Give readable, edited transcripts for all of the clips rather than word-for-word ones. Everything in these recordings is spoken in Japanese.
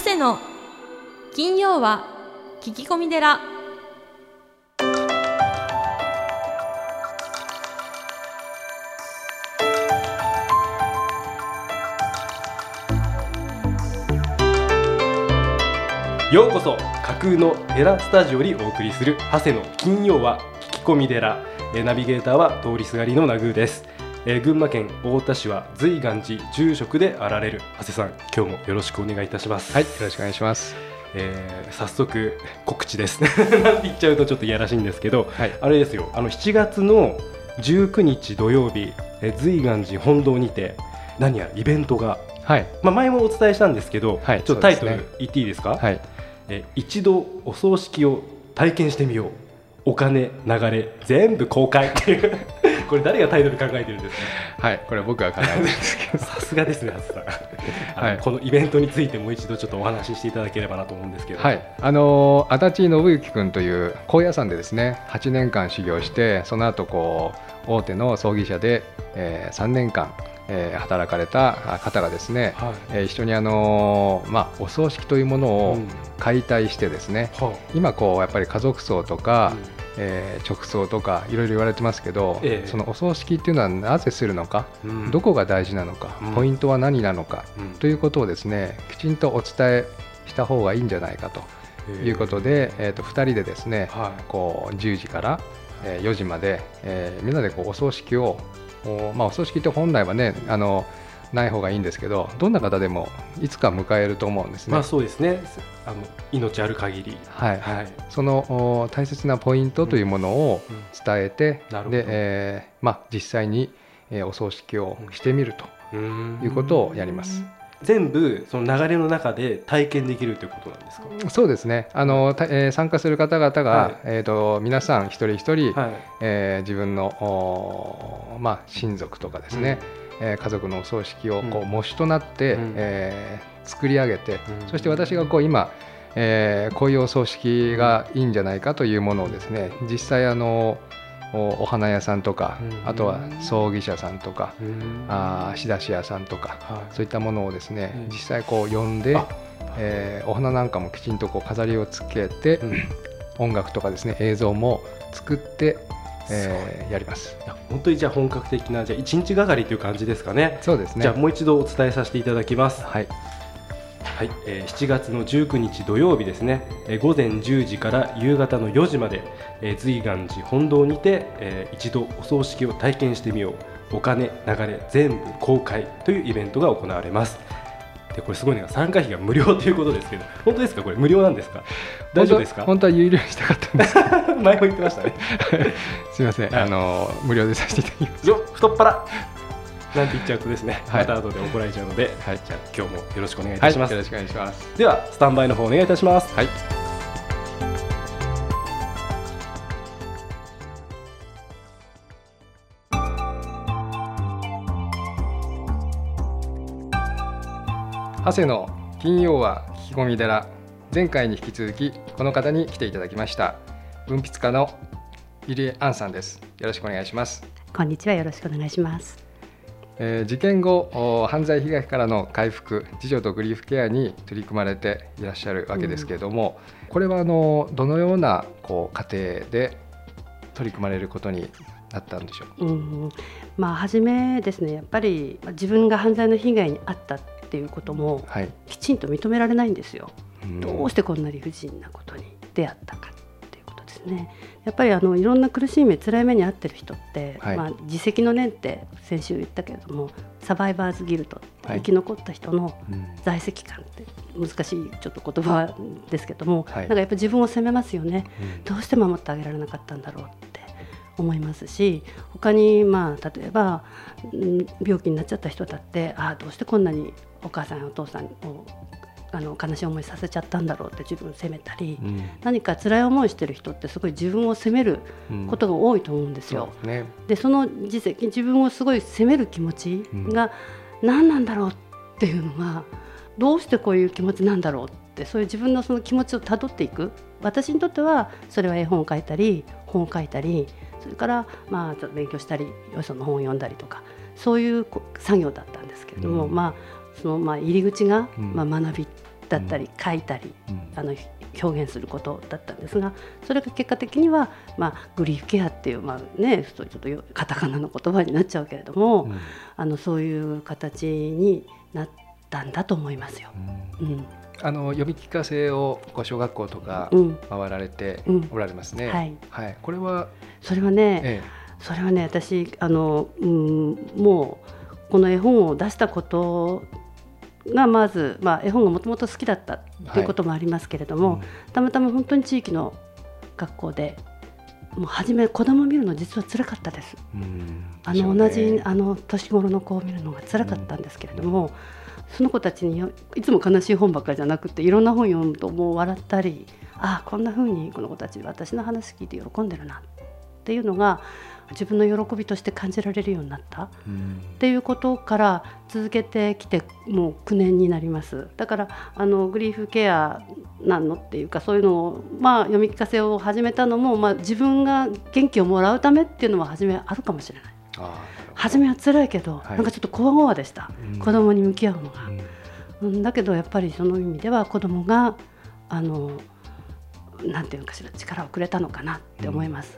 谷の金曜は聞き込み寺。 ようこそ架空の寺スタジオにお送りする長谷の金曜は聞き込み寺。ナビゲーターは通りすがりのナグーです。群馬県太田市は随願寺住職であられる長谷さん、今日もよろしくお願いいたします。 はい、よろしくお願いします。 早速告知ですなんて言っちゃうとちょっといやらしいんですけど、 はい、 あれですよ、7月の19日土曜日、随願寺本堂にて何やらイベントが、 はい、 前もお伝えしたんですけど、 はい、 ちょっとタイトル言っていいですか？ はい、 一度お葬式を体験してみよう、お金流れ全部公開っていうこれ誰がタイトル考えてるんですか？ はい、これは僕が考えてるんですけどさすがですね、長谷さんはい、このイベントについてもう一度ちょっとお話ししていただければなと思うんですけど、 はい、足立信之君という高野山でですね8年間修行して、その後大手の葬儀社で、3年間働かれた方がですね、はい、一緒にお葬式というものを解体してですね、今やっぱり家族葬とか、直葬とかいろいろ言われてますけど、そのお葬式っていうのはなぜするのか、どこが大事なのか、ポイントは何なのか、ということをですねきちんとお伝えした方がいいんじゃないかということで、2人でですね、10時から4時まで、みんなでお葬式をお葬式って本来はねない方がいいんですけど、どんな方でもいつか迎えると思うんですね。 そうですね、命ある限り、 はいはい、その大切なポイントというものを伝えて、で実際にお葬式をしてみるということをやります。 全部その流れの中で体験できるということなんですか？ そうですね、参加する方々が、皆さん一人一人、自分の、親族とかですね、家族のお葬式を模試となって、作り上げて、そして私が今、こういうお葬式がいいんじゃないかというものをですね、実際お花屋さんとか、あとは葬儀社さんとか、仕出し屋さんとか、そういったものをですね、実際呼んで、お花なんかもきちんと飾りをつけて、音楽とかですね映像も作ってやります。 本当にじゃあ本格的な1日がかりという感じですかね。 そうですね。 じゃあもう一度お伝えさせていただきます。 はい、 はい、7月の19日土曜日ですね、午前10時から夕方の4時まで、随願寺本堂にて、一度お葬式を体験してみよう、お金流れ全部公開というイベントが行われます。でこれすごいのが参加費が無料ということですけど、本当ですか？これ無料なんですか？大丈夫ですか？ 本当は有料にしたかったんです前も言ってましたねすみません、無料でさせていただきます。 太っ腹なんて言っちゃうとですね、また後で怒られちゃうので、じゃあ今日もよろしくお願いいたします。 よろしくお願いします。 ではスタンバイの方お願いいたします。 はい。長谷の金曜は聞き込み寺。前回に引き続きこの方に来ていただきました。文筆家の入江杏さんです。よろしくお願いします。 こんにちは、よろしくお願いします。 事件後犯罪被害からの回復、自助とグリーフケアに取り組まれていらっしゃるわけですけれども、これはどのような過程で取り組まれることになったんでしょう？ 初めですね、やっぱり自分が犯罪の被害に遭ったっていうこともきちんと認められないんですよ。どうしてこんな理不尽なことに出会ったかっていうことですね。やっぱりいろんな苦しい目、辛い目に遭ってる人って、自責の念って先週言ったけれども、サバイバーズギルト、生き残った人の在籍感って難しいちょっと言葉ですけども、なんかやっぱり自分を責めますよね。どうして守ってあげられなかったんだろうって思いますし、他に例えば病気になっちゃった人だって、どうしてこんなにお母さんやお父さんを悲しい思いさせちゃったんだろうって自分を責めたり、何か辛い思いしてる人ってすごい自分を責めることが多いと思うんですよ。でその自分をすごい責める気持ちが何なんだろうっていうのが、どうしてこういう気持ちなんだろうって、そういう自分のその気持ちをたどっていく。私にとってはそれは絵本を書いたり本を書いたり、それからちょっと勉強したりよその本を読んだりとか、そういう作業だったんですけれども、その入り口が学びっだったり書いたり、表現することだったんですが、それが結果的には、グリーフケアっていう、ちょっとカタカナの言葉になっちゃうけれども、そういう形になったんだと思いますよ。 読み聞かせを小学校とか回られておられますね。これはそれはね、私もうこの絵本を出したことがまず、絵本がもともと好きだったということもありますけれども、たまたま本当に地域の学校でもう初め子供を見るの実は辛かったです。同じ年頃の子を見るのが辛かったんですけれども、その子たちにいつも悲しい本ばっかりじゃなくて、いろんな本読むともう笑ったり、こんな風にこの子たち私の話聞いて喜んでるなっていうのが自分の喜びとして感じられるようになったっていうことから続けてきてもう9年になります。だからグリーフケアなのっていうか、そういうのを、読み聞かせを始めたのも、自分が元気をもらうためっていうのは初めあるかもしれない。初めは辛いけど、なんかちょっとこわごわでした、子供に向き合うのが、だけどやっぱりその意味では子供がなんていうかしら力をくれたのかなって思います。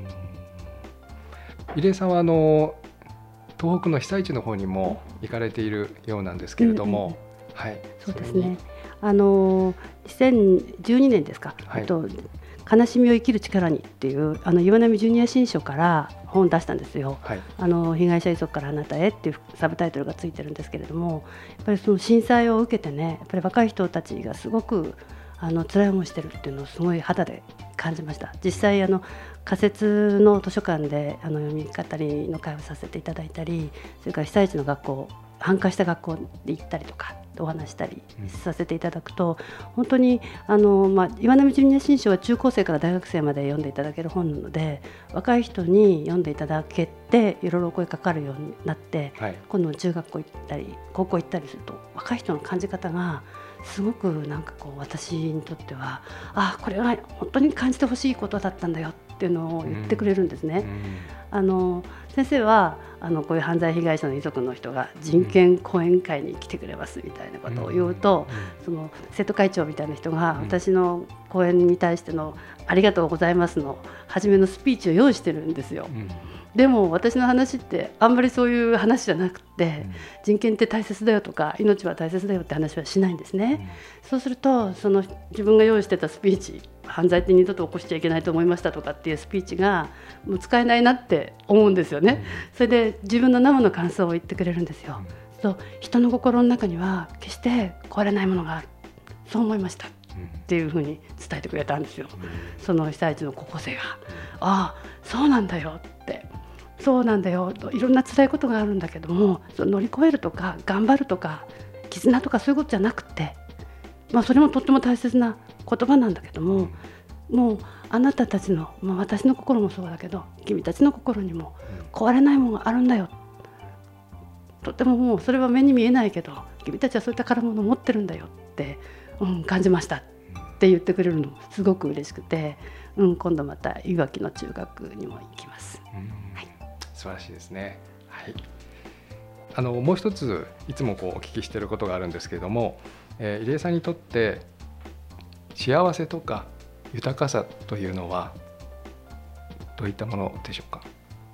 入江さんは東北の被災地の方にも行かれているようなんですけれども、 そうですね、2012年ですか、悲しみを生きる力にっていう岩波ジュニア新書から本を出したんですよ。被害者遺族からあなたへっていうサブタイトルがついてるんですけれども、やっぱりその震災を受けてね、やっぱり若い人たちがすごく辛い思いしてるっていうのをすごい肌で感じました。実際仮設の図書館で読み語りの会をさせていただいたり、それから被災地の学校、半壊した学校で行ったりとかお話したりさせていただくと、本当に岩波ジュニア新書は中高生から大学生まで読んでいただける本なので、若い人に読んでいただけていろいろお声かかるようになって、今度中学校行ったり高校行ったりすると若い人の感じ方がすごくなんか私にとってはこれは本当に感じてほしいことだったんだよっていうのを言ってくれるんですね。先生はこういう犯罪被害者の遺族の人が人権講演会に来てくれますみたいなことを言うと、その生徒会長みたいな人が私の講演に対してのありがとうございますの初めのスピーチを用意してるんですよ。でも私の話ってあんまりそういう話じゃなくて、人権って大切だよとか命は大切だよって話はしないんですね。そうするとその自分が用意してたスピーチ、犯罪って二度と起こしちゃいけないと思いましたとかっていうスピーチがもう使えないなって思うんですよね。それで自分の生の感想を言ってくれるんですよ。そう、人の心の中には決して壊れないものがある、そう思いましたっていうふうに伝えてくれたんですよ。その被災地の高校生がそうなんだよって、そうなんだよと、いろんな辛いことがあるんだけども、その乗り越えるとか頑張るとか絆とかそういうことじゃなくて、それもとっても大切な言葉なんだけども、もうあなたたちの、私の心もそうだけど君たちの心にも壊れないものがあるんだよ、とてももうそれは目に見えないけど君たちはそういった宝物を持ってるんだよって、感じましたって言ってくれるのすごく嬉しくて、今度またいわきの中学にも行きます。 素晴らしいですね。もう一ついつもお聞きしていることがあるんですけれども、入江さんにとって幸せとか豊かさというのはどういったものでしょうか？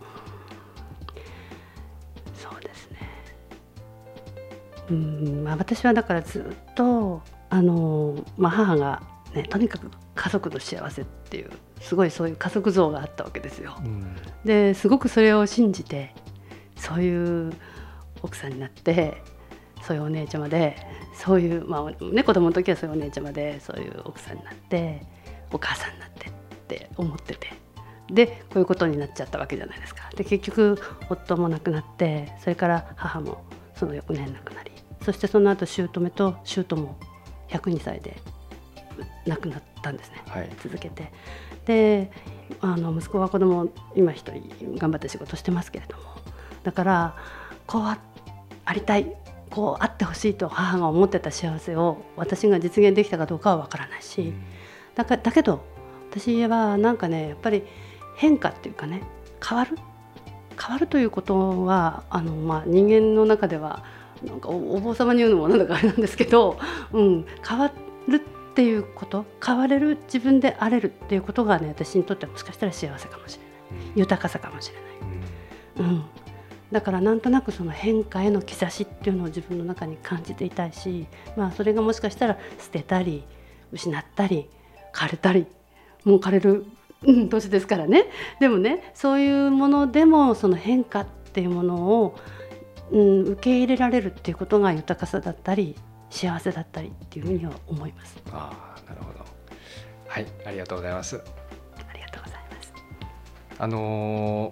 そうですね、私はだからずっと母が、とにかく家族の幸せっていうすごいそういう家族像があったわけですよ。ですごくそれを信じてそういう奥さんになって、そういうお姉ちゃまで、そういう、子供の時はそういうお姉ちゃまで、そういう奥さんになってお母さんになってって思ってて、でこういうことになっちゃったわけじゃないですか。で結局夫も亡くなって、それから母もその翌年亡くなり、そしてその後姑と姑も102歳で亡くなったんですね、続けて。で息子は子供今一人頑張って仕事してますけれども、だからこうありたい、こうあってほしいと母が思ってた幸せを私が実現できたかどうかは分からないし、だけど私はなんかね、やっぱり変化っていうかね、変わるということは人間の中ではなんかお坊様に言うのもなんだかあれなんですけど、変わるっていうこと、変われる自分であれるっていうことがね、私にとってはもしかしたら幸せかもしれない、豊かさかもしれない、だからなんとなくその変化への兆しっていうのを自分の中に感じていたいし、それがもしかしたら捨てたり失ったり枯れたり、もう枯れる、年ですからね。でもね、そういうものでもその変化っていうものを、受け入れられるっていうことが豊かさだったり幸せだったりっていうふうには思います。 なるほど。はい、ありがとうございます。 ありがとうございます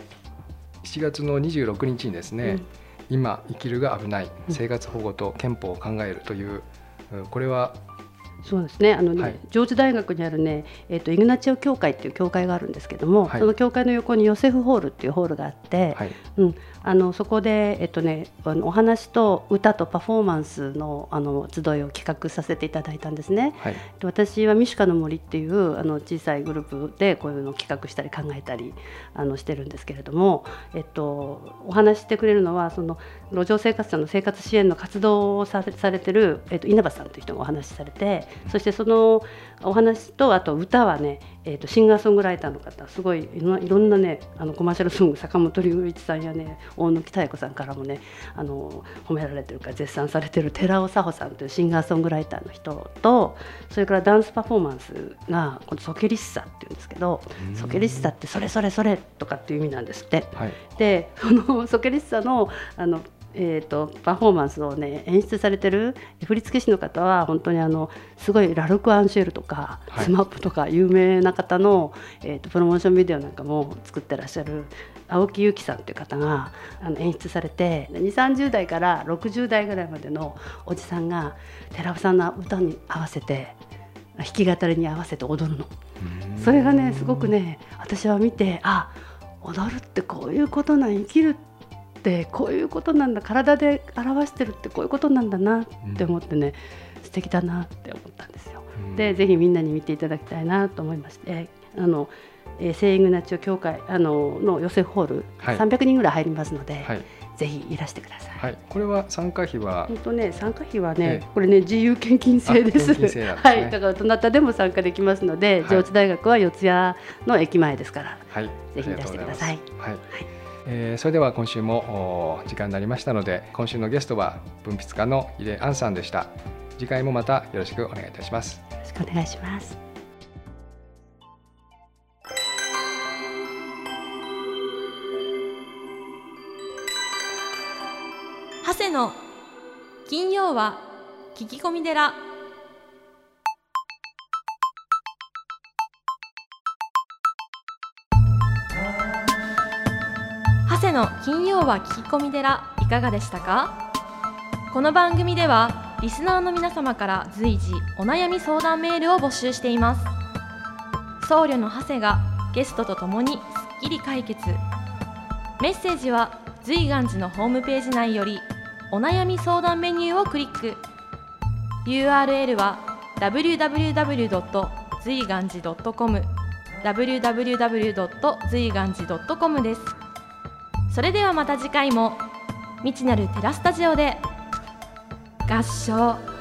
。7月の26日にですね、今生きるが危ない生活保護と憲法を考えるという、これはそうですね、上智大学にあるね、イグナチオ教会っていう教会があるんですけども、その教会の横にヨセフホールっていうホールがあって、そこで、お話と歌とパフォーマンスの、集いを企画させていただいたんですね。私はミシュカの森っていう小さいグループでこういうのを企画したり考えたりしてるんですけれども、お話してくれるのはその路上生活者の生活支援の活動をされてる、稲葉さんという人がお話しされて、そしてそのお話とあと歌はね、シンガーソングライターの方、すごいいろんなねコマーシャルソング、坂本龍一さんやね大貫妙子さんからもね褒められてるから絶賛されてる寺尾佐穂さんというシンガーソングライターの人と、それからダンスパフォーマンスがこのソケリッサっていうんですけど、ソケリッサってそれそれそれとかっていう意味なんですって。でそのソケリッサのパフォーマンスをね演出されてる振付師の方は本当にすごいラルク・アンシェルとか、スマップとか有名な方の、プロモーションビデオなんかも作ってらっしゃる青木由紀さんという方が演出されて、2、30代から60代ぐらいまでのおじさんが寺尾さんの歌に合わせて弾き語りに合わせて踊るの。それがねすごくね私は見て、踊るってこういうことなん、生きるってこういうことなんだ、体で表してるってこういうことなんだなって思ってね、素敵だなって思ったんですよ。でぜひみんなに見ていただきたいなと思いまして、聖イグナチオ教会のヨセフホール、300人ぐらい入りますので、ぜひいらしてください。 これは参加費は参加費はね、これね自由献金制です。だからどなたでも参加できますので、上智大学は四谷の駅前ですから、ぜひいらしてください。 それでは今週も時間になりましたので、今週のゲストは文筆家の井出杏さんでした。次回もまたよろしくお願いいたします。 よろしくお願いします。 長谷の金曜は聞き込み寺。長谷の金曜は聞き込み寺、いかがでしたか？この番組ではリスナーの皆様から随時お悩み相談メールを募集しています。僧侶の長谷がゲストとともにすっきり解決。メッセージは随願寺のホームページ内よりお悩み相談メニューをクリック。 URL は www. 随願寺 .com www. 随願寺 .com です。それではまた次回も未知なるテラスタジオで合唱。